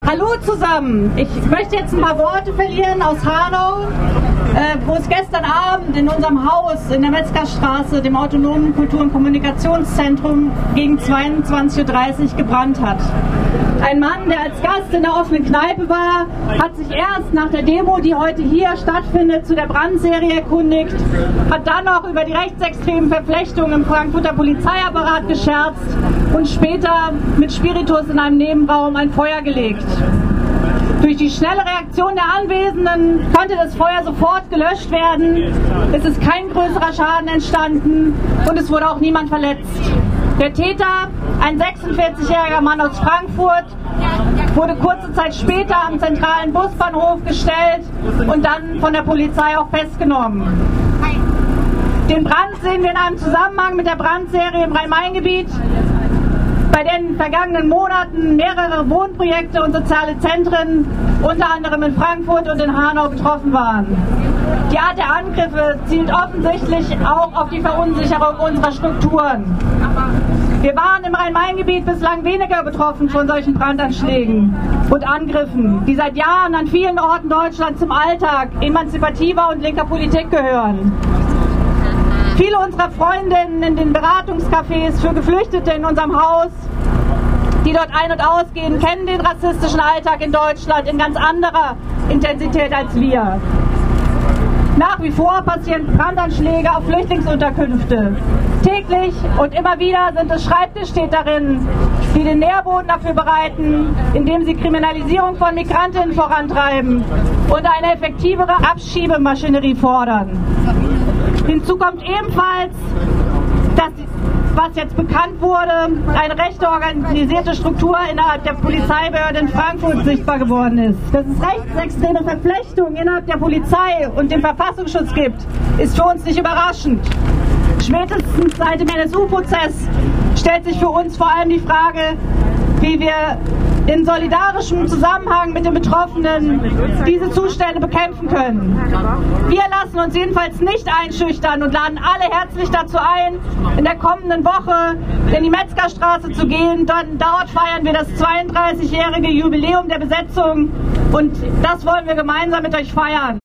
Hallo zusammen, ich möchte jetzt ein paar Worte verlieren aus Hanau, wo es gestern Abend in unserem Haus in der Metzgerstraße, dem Autonomen Kultur- und Kommunikationszentrum, gegen 22:30 Uhr gebrannt hat. Ein Mann, der als Gast in der offenen Kneipe war, hat sich erst nach der Demo, die heute hier stattfindet, zu der Brandserie erkundigt, hat dann noch über die rechtsextremen Verflechtungen im Frankfurter Polizeiapparat gescherzt und später mit Spiritus in einem Nebenraum ein Feuer gelegt. Durch die schnelle Reaktion der Anwesenden konnte das Feuer sofort gelöscht werden. Es ist kein größerer Schaden entstanden und es wurde auch niemand verletzt. Der Täter, ein 46-jähriger Mann aus Frankfurt, wurde kurze Zeit später am zentralen Busbahnhof gestellt und dann von der Polizei auch festgenommen. Den Brand sehen wir in einem Zusammenhang mit der Brandserie im Rhein-Main-Gebiet, bei den in den vergangenen Monaten mehrere Wohnprojekte und soziale Zentren, unter anderem in Frankfurt und in Hanau, betroffen waren. Die Art der Angriffe zielt offensichtlich auch auf die Verunsicherung unserer Strukturen. Wir waren im Rhein-Main-Gebiet bislang weniger betroffen von solchen Brandanschlägen und Angriffen, die seit Jahren an vielen Orten Deutschlands zum Alltag emanzipativer und linker Politik gehören. Viele unserer Freundinnen in den Beratungscafés für Geflüchtete in unserem Haus, die dort ein- und ausgehen, kennen den rassistischen Alltag in Deutschland in ganz anderer Intensität als wir. Nach wie vor passieren Brandanschläge auf Flüchtlingsunterkünfte. Täglich und immer wieder sind es Schreibtischtäterinnen, die den Nährboden dafür bereiten, indem sie Kriminalisierung von Migrantinnen vorantreiben und eine effektivere Abschiebemaschinerie fordern. Hinzu kommt ebenfalls, dass, was jetzt bekannt wurde, eine recht organisierte Struktur innerhalb der Polizeibehörde in Frankfurt sichtbar geworden ist. Dass es rechtsextreme Verflechtungen innerhalb der Polizei und dem Verfassungsschutz gibt, ist für uns nicht überraschend. Spätestens seit dem NSU-Prozess stellt sich für uns vor allem die Frage, wie wir in solidarischem Zusammenhang mit den Betroffenen diese Zustände bekämpfen können. Wir lassen uns jedenfalls nicht einschüchtern und laden alle herzlich dazu ein, in der kommenden Woche in die Metzgerstraße zu gehen. Dort feiern wir das 32-jährige Jubiläum der Besetzung und das wollen wir gemeinsam mit euch feiern.